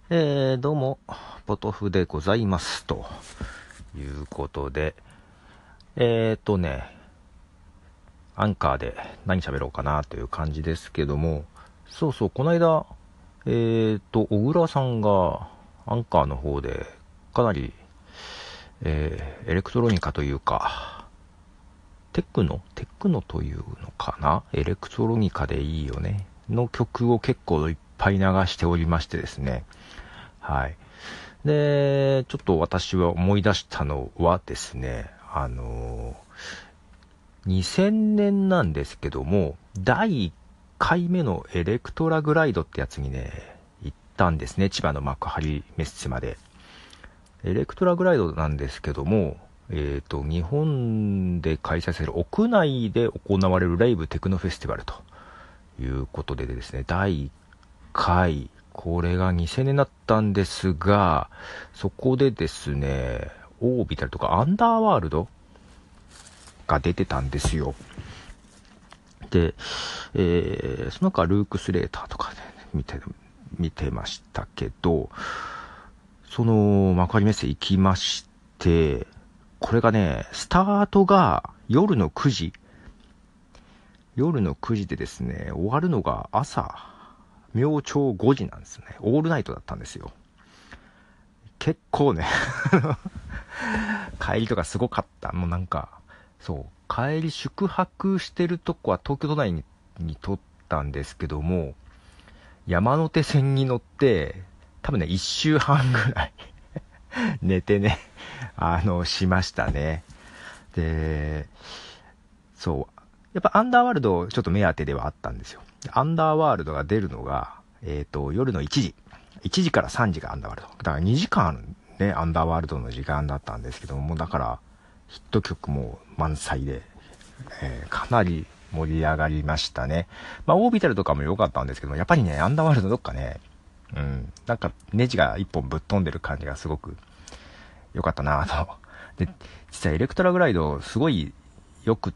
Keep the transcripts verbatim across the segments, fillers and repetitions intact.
えー、どうも、ポトフでございます。ということで、えーとね、アンカーで何喋ろうかなという感じですけども、そうそう、この間、えーと、小倉さんがアンカーの方で、かなり、えー、エレクトロニカというか、テクノテクノというのかな、エレクトロニカでいいよねの曲を結構いっぱい流しておりましてですね。はい。で、ちょっと私は思い出したのはですね、あのー、にせんねんなんですけども、だいいっかいめのエレクトラグライドってやつにね、行ったんですね。千葉の幕張メッセまで。エレクトラグライドなんですけども、えっと、日本で開催される屋内で行われるライブテクノフェスティバルということでですね、だいいっかい、これがにせんねんだったんですが、そこでですね、オービタルとかアンダーワールドが出てたんですよ。で、えー、その他ルーク・スレーターとかね、見て、見てましたけど、その幕張メッセ行きまして、これがね、スタートが夜のくじ、夜のくじでですね、終わるのが朝、明朝ごじなんですね。オールナイトだったんですよ。結構ね帰りとかすごかった。もうなんか、そう、帰り宿泊してるとこは東京都内に、に撮ったんですけども、山手線に乗って、多分ね、いっしゅうはんぐらい寝てね、あの、しましたね。で、そう、やっぱアンダーワールドちょっと目当てではあったんですよ。アンダーワールドが出るのが、えっと、夜のいちじ。いちじからさんじがアンダーワールド。だからにじかんね、アンダーワールドの時間だったんですけども、だからヒット曲も満載で、えー、かなり盛り上がりましたね。まあ、オービタルとかも良かったんですけども、やっぱりね、アンダーワールドどっかね、うん、なんかネジが一本ぶっ飛んでる感じがすごく良かったなぁと。で、実はエレクトラグライドすごい良くって、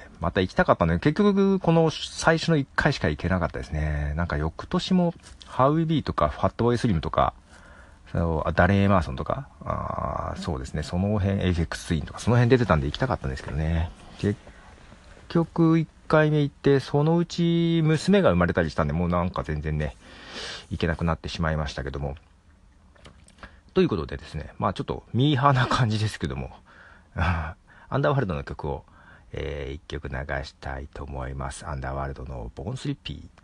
また行きたかったんで、結局この最初のいっかいしか行けなかったですね。なんか翌年もハウイビーとかファットボーイスリムとか、そうダレン・エマーソンとか、あそうですね、その辺、エイフェクスツインとか、その辺出てたんで行きたかったんですけどね。結局いっかいめ行って、そのうち娘が生まれたりしたんで、もうなんか全然ね、行けなくなってしまいましたけども。ということでですね、まあちょっとミーハーな感じですけども、アンダーワールドの曲を、えー、いっきょく流したいと思います。アンダーワールドのボーンスリッピー。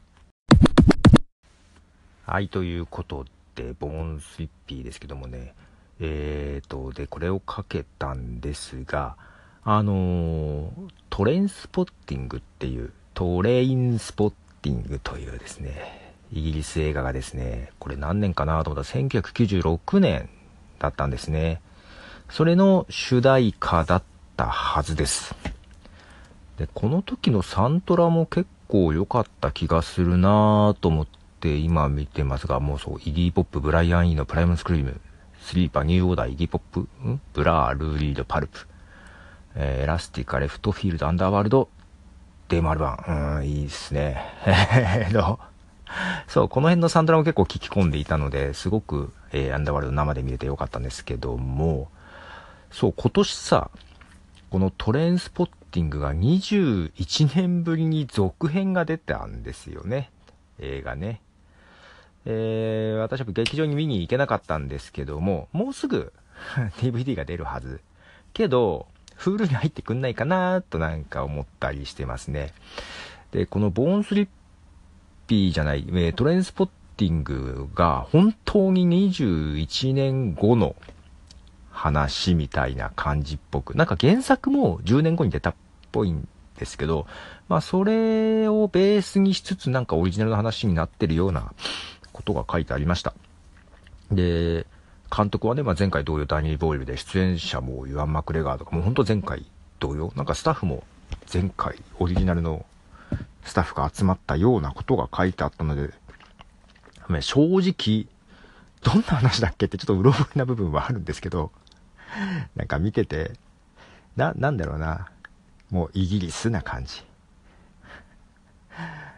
はい、ということで、ボーンスリッピーですけどもね、えーと、で、これをかけたんですが、あのー、トレインスポッティングっていう、トレインスポッティングというですね、イギリス映画がですね、これ何年かなと思ったらせんきゅうひゃくきゅうじゅうろくねんだったんですね。それの主題歌だったはずです。で、この時のサントラも結構良かった気がするなぁと思って今見てますが、もうそう、イギーポップ、ブライアン・イーのプライムスクリーム、スリーパー、ニューオーダー、イギーポップ、んブラー、ルーリード、パルプ、えー、エラスティカ、レフトフィールド、アンダーワールド、デーマルバン。うん、いいですね。えの、そう、この辺のサントラも結構聞き込んでいたので、すごく、えー、アンダーワールド生で見れてよかったんですけども、そう、今年さ、このトレインスポッティングがにじゅういちねんぶりに続編が出たんですよね。映画ね。えー、私は劇場に見に行けなかったんですけども、もうすぐディーブイディー が出るはず。けど、フールに入ってくんないかなとなんか思ったりしてますね。で、このボーンスリッピーじゃない、えー、トレインスポッティングが本当ににじゅういちねんごの話みたいな感じっぽく、なんか原作もじゅうねんごに出たっぽいんですけど、まあそれをベースにしつつなんかオリジナルの話になってるようなことが書いてありました。で、監督はね、まあ、前回同様ダニー・ボイルで、出演者もユアン・マクレガーとか、もうほんと前回同様、なんかスタッフも前回オリジナルのスタッフが集まったようなことが書いてあったので、正直、どんな話だっけってちょっとうろ覚えな部分はあるんですけど、なんか見てて、な、なんだろうな、もうイギリスな感じ。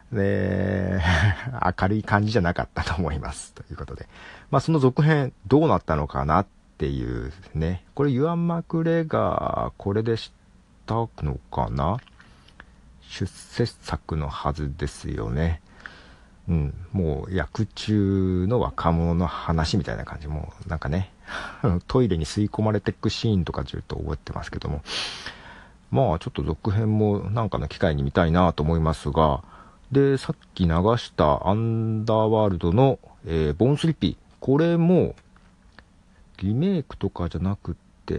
で、明るい感じじゃなかったと思います。ということで。まあその続編どうなったのかなっていうね。これユアン・マクレガー、これでしたのかな、出世作のはずですよね。うん。もう役中の若者の話みたいな感じ。もうなんかね、トイレに吸い込まれていくシーンとかちょっと覚えてますけども。まあちょっと続編もなんかの機会に見たいなと思いますが、で、さっき流したアンダーワールドの、えー、ボーンスリッピー。これも、リメイクとかじゃなくって、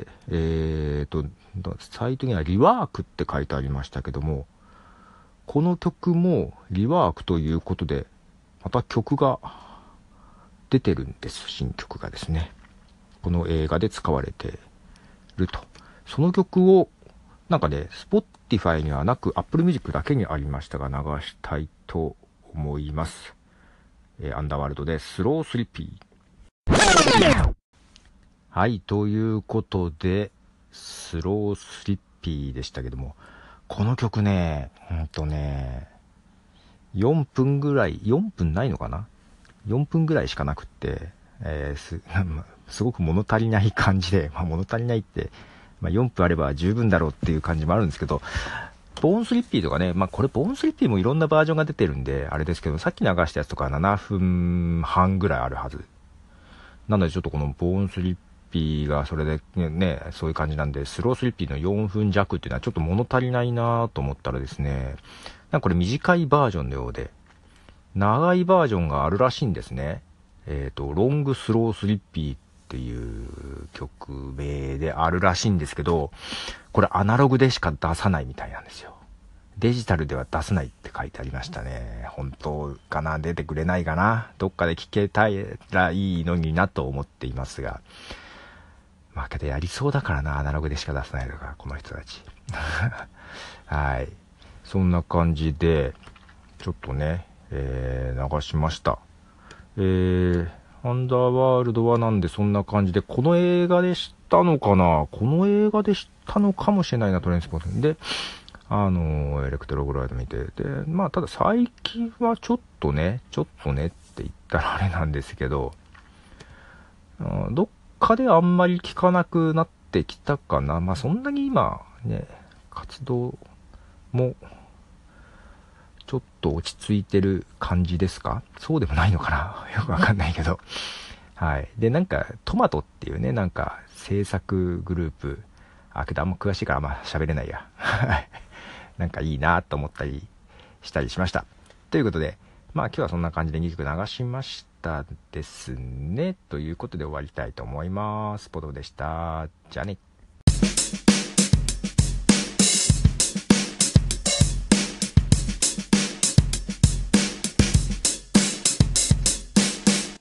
えーと、サイトにはリワークって書いてありましたけども、この曲もリワークということで、また曲が出てるんです。新曲がですね。この映画で使われてると。その曲を、なんかね、Spotify にはなく Apple Music だけにありましたが流したいと思います。えー、アンダーワールドでスロースリッピー。はい、ということで、スロースリッピーでしたけども、この曲ね、うんとね、よんぷんぐらい、よんぷんないのかな ?よん 分ぐらいしかなくって、えー、す、すごく物足りない感じで、まあ物足りないって、まあよんぷんあれば十分だろうっていう感じもあるんですけど、ボーンスリッピーとかね、まあこれボーンスリッピーもいろんなバージョンが出てるんで、あれですけど、さっき流したやつとかななふんはんぐらいあるはず。なのでちょっとこのボーンスリッピーがそれでね、そういう感じなんで、スロースリッピーのよんぷん弱っていうのはちょっと物足りないなと思ったらですね、なんかこれ短いバージョンのようで、長いバージョンがあるらしいんですね。えっと、ロングスロースリッピーっていう曲名であるらしいんですけど、これアナログでしか出さないみたいなんですよ。デジタルでは出せないって書いてありましたね。本当かな、出てくれないかな、どっかで聞けたらいいのになと思っていますが。まあけどやりそうだからな、アナログでしか出せないとか、この人たち。はい。そんな感じで、ちょっとね、えー、流しました。えー、アンダーワールドはなんでそんな感じで、この映画で知ったのかな、この映画で知ったのかもしれないな、トレインスポットで、あのー、エレクトログライド見て、で、まあ、ただ最近はちょっとね、ちょっとねって言ったらあれなんですけど、うん、どっかであんまり聞かなくなってきたかな。まあ、そんなに今、ね、活動も、ちょっと落ち着いてる感じですか？そうでもないのかなよくわかんないけど。はい。で、なんか、トマトっていうね、なんか、制作グループ、あ、けどあんま詳しいからあんま喋れないや。なんかいいなと思ったりしたりしました。ということで、まあ今日はそんな感じでにきょく流しましたですね。ということで終わりたいと思います。ポドでした。じゃあね。